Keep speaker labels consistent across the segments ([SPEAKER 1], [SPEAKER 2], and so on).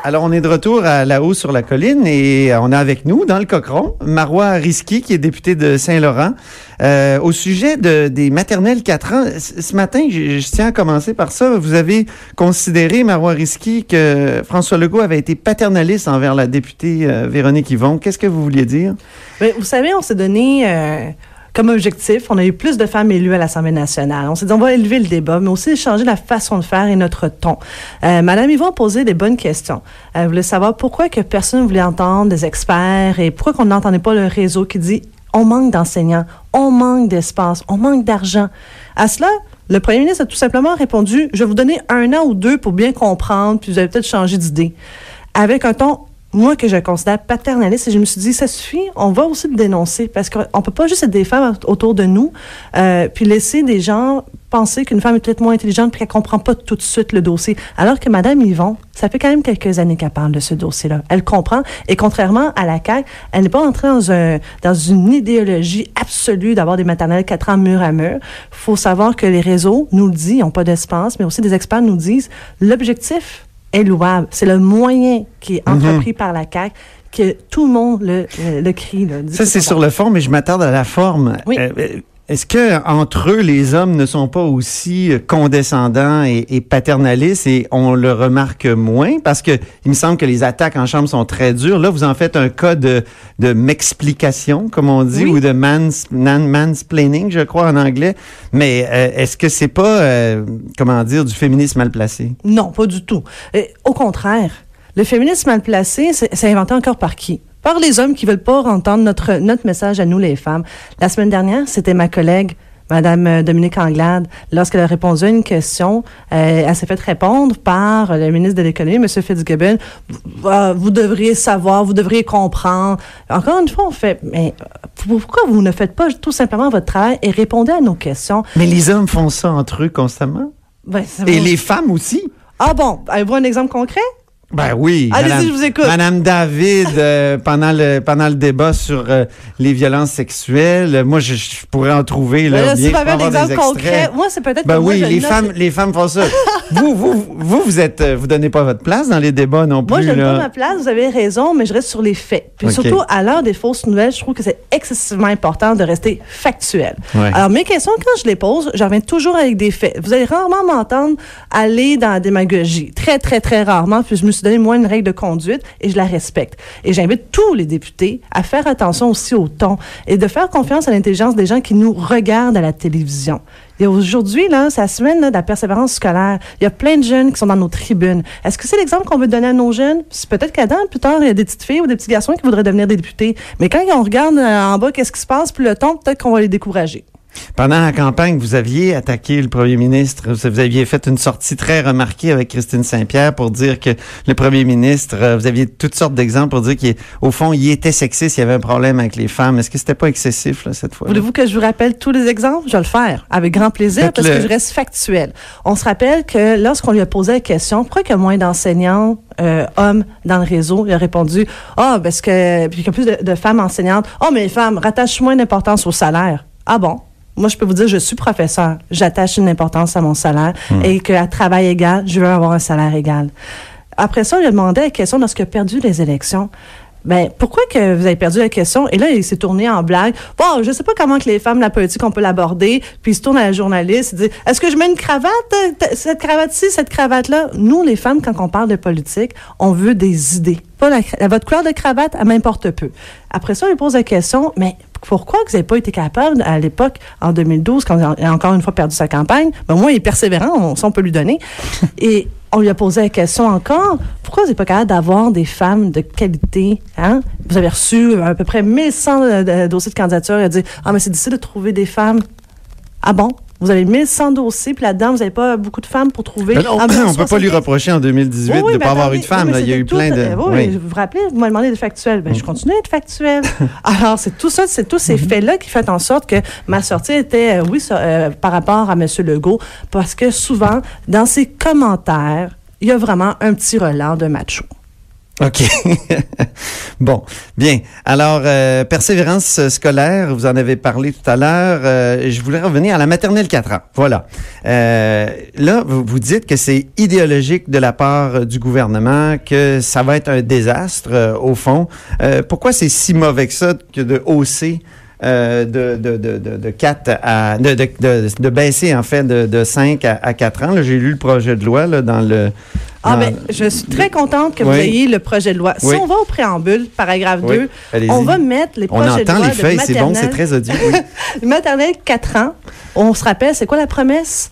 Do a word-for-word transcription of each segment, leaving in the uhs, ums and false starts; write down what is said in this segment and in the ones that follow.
[SPEAKER 1] Alors, on est de retour à là-haut sur la colline et on a avec nous, dans le cochon, Marois Risky, qui est député de Saint-Laurent. Euh, au sujet de, des maternelles quatre ans, ce matin, je, je tiens à commencer par ça. Vous avez considéré, Marois Risky, que François Legault avait été paternaliste envers la députée euh, Véronique Yvon. Qu'est-ce que vous vouliez dire?
[SPEAKER 2] Bien, vous savez, on s'est donné... Euh Comme objectif, on a eu plus de femmes élues à l'Assemblée nationale. On s'est dit, on va élever le débat, mais aussi changer la façon de faire et notre ton. Euh, Madame Yvon a posé des bonnes questions. Elle voulait savoir pourquoi que personne ne voulait entendre des experts et pourquoi qu'on n'entendait pas le réseau qui dit, on manque d'enseignants, on manque d'espace, on manque d'argent. À cela, le premier ministre a tout simplement répondu, je vais vous donner un an ou deux pour bien comprendre, puis vous allez peut-être changer d'idée. Avec un ton moi, que je considère paternaliste, et je me suis dit, ça suffit, on va aussi le dénoncer, parce qu'on ne peut pas juste être des femmes autour de nous, euh, puis laisser des gens penser qu'une femme est peut-être moins intelligente puis qu'elle ne comprend pas tout de suite le dossier. Alors que Mme Yvon, ça fait quand même quelques années qu'elle parle de ce dossier-là. Elle comprend, et contrairement à la C A Q, elle n'est pas entrée dans, un, dans une idéologie absolue d'avoir des maternelles quatre ans mur à mur. Il faut savoir que les réseaux nous le disent, ils n'ont pas d'espace, mais aussi des experts nous disent, l'objectif est louable. C'est le moyen qui est entrepris mm-hmm. par la C A Q que tout le monde le, le, le crie. Là,
[SPEAKER 1] ça, c'est sur le fond, mais je m'attarde à la forme.
[SPEAKER 2] Oui.
[SPEAKER 1] Euh, est-ce que entre eux, les hommes ne sont pas aussi condescendants et, et paternalistes et on le remarque moins? Parce que il me semble que les attaques en chambre sont très dures. Là, vous en faites un cas de, de m'explication, comme on dit, oui. ou de mans, man, mansplaining, je crois, en anglais. Mais euh, est-ce que c'est pas, euh, comment dire, du féminisme mal placé?
[SPEAKER 2] Non, pas du tout. Et, au contraire, le féminisme mal placé, c'est, c'est inventé encore par qui? Par les hommes qui veulent pas entendre notre, notre message à nous, les femmes. La semaine dernière, c'était ma collègue, Mme Dominique Anglade, lorsqu'elle a répondu à une question, euh, elle s'est fait répondre par le ministre de l'Économie, M. Fitzgibbon. Vous, euh, vous devriez savoir, vous devriez comprendre. Encore une fois, on fait, mais pourquoi vous ne faites pas tout simplement votre travail et répondez à nos questions?
[SPEAKER 1] Mais les hommes font ça entre eux constamment.
[SPEAKER 2] Ben,
[SPEAKER 1] et bon. Les femmes aussi.
[SPEAKER 2] Ah bon, avez-vous un exemple concret?
[SPEAKER 1] Ben oui.
[SPEAKER 2] Allez-y,
[SPEAKER 1] Madame,
[SPEAKER 2] je vous écoute.
[SPEAKER 1] Madame David, euh, pendant le pendant le débat sur euh, les violences sexuelles, moi je, je pourrais en trouver là,
[SPEAKER 2] là
[SPEAKER 1] bien.
[SPEAKER 2] Si vous avez un exemple concret, moi c'est peut-être.
[SPEAKER 1] Ben
[SPEAKER 2] que
[SPEAKER 1] oui,
[SPEAKER 2] moi,
[SPEAKER 1] les
[SPEAKER 2] note...
[SPEAKER 1] femmes, les femmes font ça. vous, vous, vous, vous êtes, vous donnez pas votre place dans les débats non plus.
[SPEAKER 2] Moi, je donne
[SPEAKER 1] là.
[SPEAKER 2] pas ma place. Vous avez raison, mais je reste sur les faits. Puis okay. surtout à l'heure des fausses nouvelles, je trouve que c'est excessivement important de rester factuel.
[SPEAKER 1] Ouais.
[SPEAKER 2] Alors mes questions, quand je les pose, j'en reviens toujours avec des faits. Vous allez rarement m'entendre aller dans la démagogie, très très très rarement. Puis je me suis donné moi une règle de conduite et je la respecte. Et j'invite tous les députés à faire attention aussi au ton et de faire confiance à l'intelligence des gens qui nous regardent à la télévision. Et aujourd'hui, là, c'est la semaine là, de la persévérance scolaire. Il y a plein de jeunes qui sont dans nos tribunes. Est-ce que c'est l'exemple qu'on veut donner à nos jeunes? C'est peut-être qu'à dans, plus tard, il y a des petites filles ou des petits garçons qui voudraient devenir des députés. Mais quand on regarde en bas, qu'est-ce qui se passe, puis le ton, peut-être qu'on va les décourager.
[SPEAKER 1] Pendant la campagne, vous aviez attaqué le premier ministre. Vous aviez fait une sortie très remarquée avec Christine Saint-Pierre pour dire que le premier ministre, vous aviez toutes sortes d'exemples pour dire qu'au fond, il était sexiste, il y avait un problème avec les femmes. Est-ce que c'était pas excessif, là, cette fois-là?
[SPEAKER 2] Voulez-vous que je vous rappelle tous les exemples? Je vais le faire avec grand plaisir Faites-le. Parce que je reste factuel. On se rappelle que lorsqu'on lui a posé la question, pourquoi il y a moins d'enseignants euh, hommes dans le réseau, il a répondu, ah, oh, parce que, puis il y a plus de, de femmes enseignantes. Ah, oh, mais les femmes rattachent moins d'importance au salaire. Ah bon? Moi, je peux vous dire, je suis professeur. J'attache une importance à mon salaire mmh. et qu'à travail égal, je veux avoir un salaire égal. Après ça, il a demandé la question lorsqu'il a perdu les élections. Ben, pourquoi que vous avez perdu la question? Et là, il s'est tourné en blague. Bon, je sais pas comment que les femmes, la politique, on peut l'aborder. Puis il se tourne à la journaliste. Il dit, est-ce que je mets une cravate? Cette cravate-ci, cette cravate-là? Nous, les femmes, quand on parle de politique, on veut des idées. Pas la, votre couleur de cravate, elle m'importe peu. Après ça, il pose la question, mais pourquoi vous n'avez pas été capable, à l'époque, en deux mille douze, quand il a encore une fois perdu sa campagne, ben, au moins, il est persévérant, on, ça, on peut lui donner. Et on lui a posé la question encore, pourquoi vous n'êtes pas capable d'avoir des femmes de qualité? Hein? Vous avez reçu à peu près mille cent de, de, dossiers de candidature. Il a dit, ah, mais c'est difficile de trouver des femmes. Ah bon? Vous avez mille cent dossiers, puis là-dedans, vous n'avez pas beaucoup de femmes pour trouver...
[SPEAKER 1] Ben, on ne peut pas lui reprocher en deux mille dix-huit oui, oui, de ne pas attendez, avoir eu de femmes. Oui, là, il y a eu tout, plein de...
[SPEAKER 2] Oui, oui. Vous vous rappelez, vous m'avez demandé d'être factuel. Ben, mm. je continue à être factuel. Alors, c'est tout ça, c'est tous ces mm-hmm. faits-là qui font en sorte que ma sortie était, euh, oui, ça, euh, par rapport à M. Legault, parce que souvent, dans ses commentaires, il y a vraiment un petit relent de macho.
[SPEAKER 1] OK. Bon, bien. Alors, euh, persévérance scolaire, vous en avez parlé tout à l'heure. Euh, je voulais revenir à la maternelle quatre ans. Voilà. Euh, là, vous, vous dites que c'est idéologique de la part du gouvernement, que ça va être un désastre, euh, au fond. Euh, pourquoi c'est si mauvais que ça que de hausser Euh, de, de, de, de, de quatre à de, de, de, de baisser en fait de, de cinq à, à quatre ans. Là, j'ai lu le projet de loi là, dans le.
[SPEAKER 2] Ah
[SPEAKER 1] dans,
[SPEAKER 2] ben, je suis très contente que
[SPEAKER 1] oui.
[SPEAKER 2] vous ayez le projet de loi. Si
[SPEAKER 1] oui.
[SPEAKER 2] on va au préambule, paragraphe
[SPEAKER 1] oui.
[SPEAKER 2] deux,
[SPEAKER 1] Allez-y.
[SPEAKER 2] on va mettre les projets
[SPEAKER 1] on
[SPEAKER 2] de loi.
[SPEAKER 1] entend les feuilles,
[SPEAKER 2] de
[SPEAKER 1] c'est bon, c'est très audio. Oui.
[SPEAKER 2] maternelle quatre ans. On se rappelle, c'est quoi la promesse?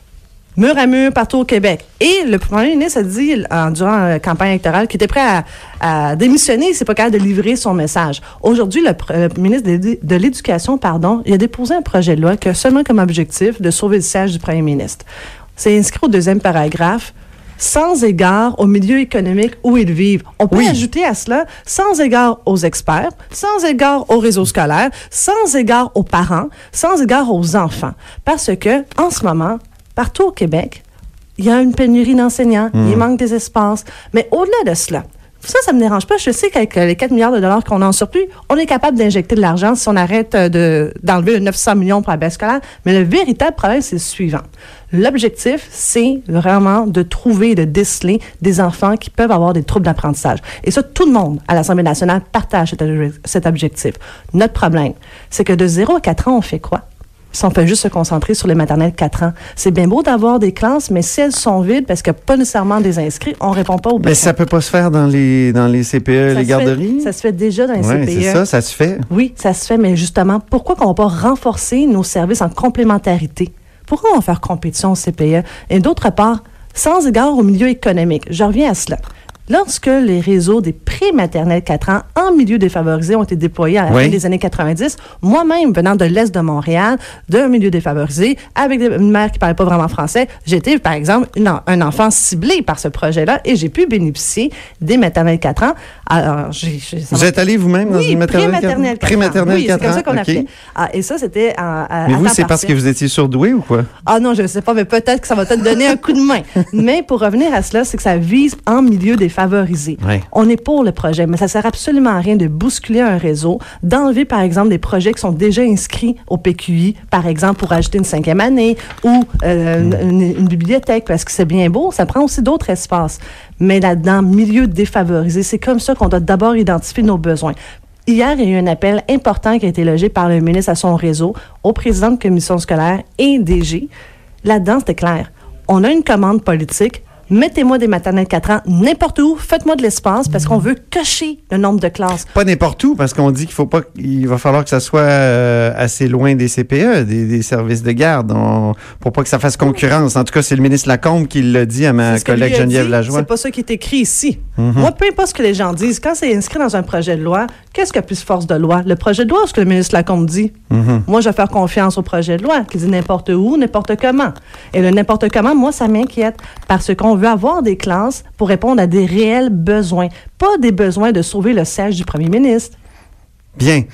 [SPEAKER 2] Mur à mur partout au Québec. Et le premier ministre a dit, en, durant la campagne électorale, qu'il était prêt à, à démissionner, il s'est pas capable de livrer son message. Aujourd'hui, le, le ministre de, de l'Éducation, pardon, il a déposé un projet de loi qui a seulement comme objectif de sauver le siège du premier ministre. C'est inscrit au deuxième paragraphe, sans égard au milieu économique où ils vivent. On peut
[SPEAKER 1] oui.
[SPEAKER 2] ajouter à cela, sans égard aux experts, sans égard au réseau scolaire, sans égard aux parents, sans égard aux enfants. Parce que, en ce moment, partout au Québec, il y a une pénurie d'enseignants, mmh. il manque des espaces. Mais au-delà de cela, ça, ça me dérange pas. Je sais qu'avec les quatre milliards de dollars qu'on a en surplus, on est capable d'injecter de l'argent si on arrête de, d'enlever neuf cents millions pour la baisse scolaire. Mais le véritable problème, c'est le suivant. L'objectif, c'est vraiment de trouver, de déceler des enfants qui peuvent avoir des troubles d'apprentissage. Et ça, tout le monde à l'Assemblée nationale partage cet, cet objectif. Notre problème, c'est que de zéro à quatre ans, on fait quoi? Si on peut juste se concentrer sur les maternelles quatre ans. C'est bien beau d'avoir des classes, mais si elles sont vides parce qu'il n'y a pas nécessairement des inscrits, on ne répond pas aux besoins.
[SPEAKER 1] Mais ça ne peut pas se faire dans les, dans les C P E, ça les garderies?
[SPEAKER 2] Fait, ça se fait déjà dans les
[SPEAKER 1] ouais,
[SPEAKER 2] C P E.
[SPEAKER 1] C'est ça, ça se fait.
[SPEAKER 2] Oui, ça se fait, mais justement, pourquoi on ne va pas renforcer nos services en complémentarité? Pourquoi on va faire compétition au C P E? Et d'autre part, sans égard au milieu économique, je reviens à cela. Lorsque les réseaux des pré-maternelles quatre ans en milieu défavorisé ont été déployés à la oui. fin des années quatre-vingt-dix, moi-même, venant de l'Est de Montréal, d'un milieu défavorisé, avec une mère qui ne parlait pas vraiment français, j'étais, par exemple, une, un enfant ciblé par ce projet-là et j'ai pu bénéficier des maternelles quatre ans. Alors, j'ai, j'ai,
[SPEAKER 1] Vous va... êtes allé vous-même dans
[SPEAKER 2] oui,
[SPEAKER 1] une maternelle quatre ans?
[SPEAKER 2] Pré-maternelle
[SPEAKER 1] oui,
[SPEAKER 2] quatre ans. Oui, c'est comme ça qu'on
[SPEAKER 1] okay.
[SPEAKER 2] appelait. Ah, et ça, c'était à, à
[SPEAKER 1] Mais vous, c'est
[SPEAKER 2] partiel.
[SPEAKER 1] parce que vous étiez surdoué ou quoi?
[SPEAKER 2] Ah non, je ne sais pas, mais peut-être que ça va te donner un coup de main. Mais pour revenir à cela, c'est que ça vise en milieu défavorisé. Oui. On est pour le projet, mais ça ne sert absolument à rien de bousculer un réseau, d'enlever, par exemple, des projets qui sont déjà inscrits au P Q I, par exemple, pour ajouter une cinquième année ou euh, mm. une, une bibliothèque, parce que c'est bien beau, ça prend aussi d'autres espaces. Mais là-dedans, milieu défavorisé, c'est comme ça qu'on doit d'abord identifier nos besoins. Hier, il y a eu un appel important qui a été logé par le ministre à son réseau, au président de commission scolaire et D G. Là-dedans, c'était clair. On a une commande politique. Mettez-moi des maternelles quatre ans n'importe où, faites-moi de l'espace parce qu'on veut cocher le nombre de classes.
[SPEAKER 1] Pas n'importe où, parce qu'on dit qu'il faut pas, il va falloir que ça soit euh, assez loin des C P E, des, des services de garde, on, pour pas que ça fasse concurrence. En tout cas, c'est le ministre Lacombe qui l'a dit à ma collègue Geneviève Lajoie.
[SPEAKER 2] C'est pas ça qui est écrit ici.
[SPEAKER 1] Mm-hmm.
[SPEAKER 2] Moi, peu importe ce que les gens disent, quand c'est inscrit dans un projet de loi, qu'est-ce qui a plus force de loi? Le projet de loi ou ce que le ministre Lacombe dit? Mm-hmm. Moi, je vais faire confiance au projet de loi qui dit n'importe où, n'importe comment. Et le n'importe comment, moi, ça m'inquiète parce qu'on veut avoir des classes pour répondre à des réels besoins, pas des besoins de sauver le siège du premier ministre.
[SPEAKER 1] Bien.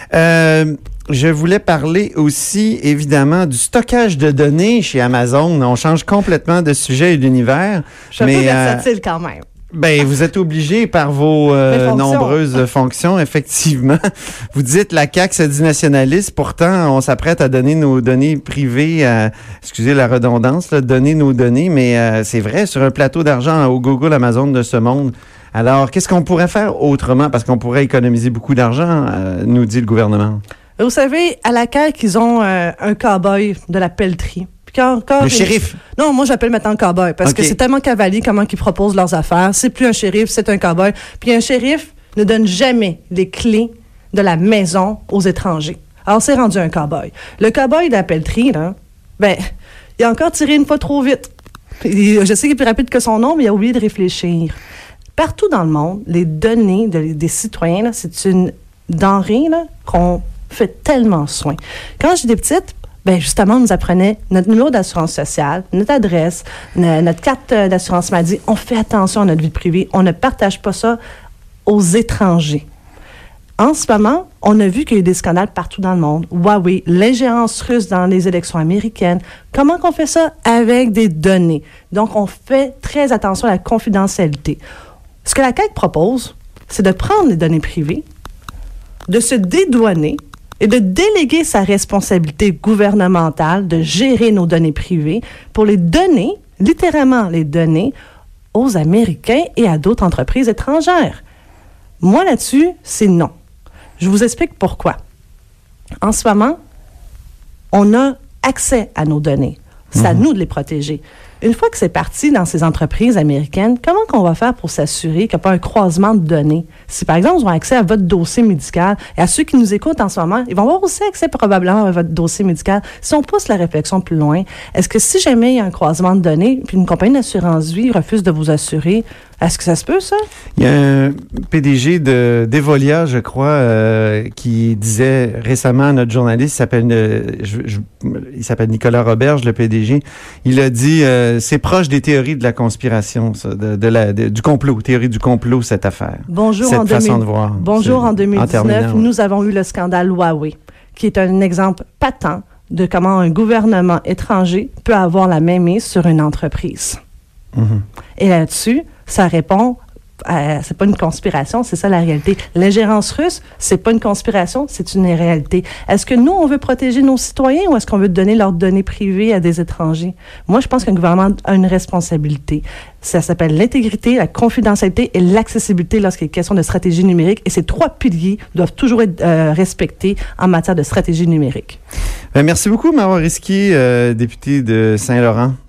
[SPEAKER 1] Euh, je voulais parler aussi, évidemment, du stockage de données chez Amazon. On change complètement de sujet et d'univers.
[SPEAKER 2] Je suis un peu versatile euh, quand même.
[SPEAKER 1] Ben, vous êtes obligé par vos euh, nombreuses fonctions, effectivement. Vous dites la C A Q se dit nationaliste, pourtant on s'apprête à donner nos données privées, à, excusez la redondance, là, donner nos données, mais euh, c'est vrai, sur un plateau d'argent au Google, Amazon de ce monde. Alors, qu'est-ce qu'on pourrait faire autrement? Parce qu'on pourrait économiser beaucoup d'argent, euh, nous dit le gouvernement.
[SPEAKER 2] Vous savez, à la C A Q, ils ont euh, un cow-boy de la pelleterie. Encore,
[SPEAKER 1] le shérif?
[SPEAKER 2] Non, moi, j'appelle maintenant cow-boy parce okay. que c'est tellement cavalier comment ils proposent leurs affaires. C'est plus un shérif, c'est un cow-boy. Puis un shérif ne donne jamais les clés de la maison aux étrangers. Alors, c'est rendu un cow-boy. Le cow-boy de la pelleterie, là, ben, il a encore tiré une fois trop vite. Il, je sais qu'il est plus rapide que son nom, mais il a oublié de réfléchir. Partout dans le monde, les données de, des citoyens, là, c'est une denrée là, qu'on fait tellement soin. Quand j'étais petite, ben justement, on nous apprenait notre numéro d'assurance sociale, notre adresse, notre carte d'assurance maladie. On fait attention à notre vie privée. On ne partage pas ça aux étrangers. En ce moment, on a vu qu'il y a eu des scandales partout dans le monde. Huawei, l'ingérence russe dans les élections américaines. Comment qu'on fait ça? Avec des données. Donc, on fait très attention à la confidentialité. Ce que la C A Q propose, c'est de prendre les données privées, de se dédouaner et de déléguer sa responsabilité gouvernementale de gérer nos données privées pour les donner, littéralement les donner, aux Américains et à d'autres entreprises étrangères. Moi, là-dessus, c'est non. Je vous explique pourquoi. En ce moment, on a accès à nos données. C'est à nous de les protéger. Une fois que c'est parti dans ces entreprises américaines, comment qu'on va faire pour s'assurer qu'il n'y a pas un croisement de données? Si, par exemple, ils ont accès à votre dossier médical, et à ceux qui nous écoutent en ce moment, ils vont avoir aussi accès probablement à votre dossier médical. Si on pousse la réflexion plus loin, est-ce que si jamais il y a un croisement de données, puis une compagnie d'assurance vie refuse de vous assurer, est-ce que ça se peut, ça?
[SPEAKER 1] Il y a un P D G de d'Evolia, je crois, euh, qui disait récemment à notre journaliste, il s'appelle, euh, je, je, il s'appelle Nicolas Roberge, le P D G, il a dit, euh, c'est proche des théories de la conspiration, ça, de, de la, de, du complot, théorie du complot, cette affaire.
[SPEAKER 2] Bonjour,
[SPEAKER 1] cette
[SPEAKER 2] en
[SPEAKER 1] façon
[SPEAKER 2] deux mille,
[SPEAKER 1] de voir.
[SPEAKER 2] Bonjour, en deux mille dix-neuf,
[SPEAKER 1] en
[SPEAKER 2] nous avons eu le scandale Huawei, qui est un exemple patent de comment un gouvernement étranger peut avoir la main mise sur une entreprise. Mm-hmm. Et là-dessus, ça répond, euh, c'est pas une conspiration, c'est ça la réalité. L'ingérence russe, c'est pas une conspiration, c'est une réalité. Est-ce que nous, on veut protéger nos citoyens ou est-ce qu'on veut donner leurs données privées à des étrangers? Moi, je pense qu'un gouvernement a une responsabilité. Ça s'appelle l'intégrité, la confidentialité et l'accessibilité lorsqu'il est question de stratégie numérique. Et ces trois piliers doivent toujours être euh, respectés en matière de stratégie numérique.
[SPEAKER 1] Ben, merci beaucoup, Marois Risky, euh, député de Saint-Laurent.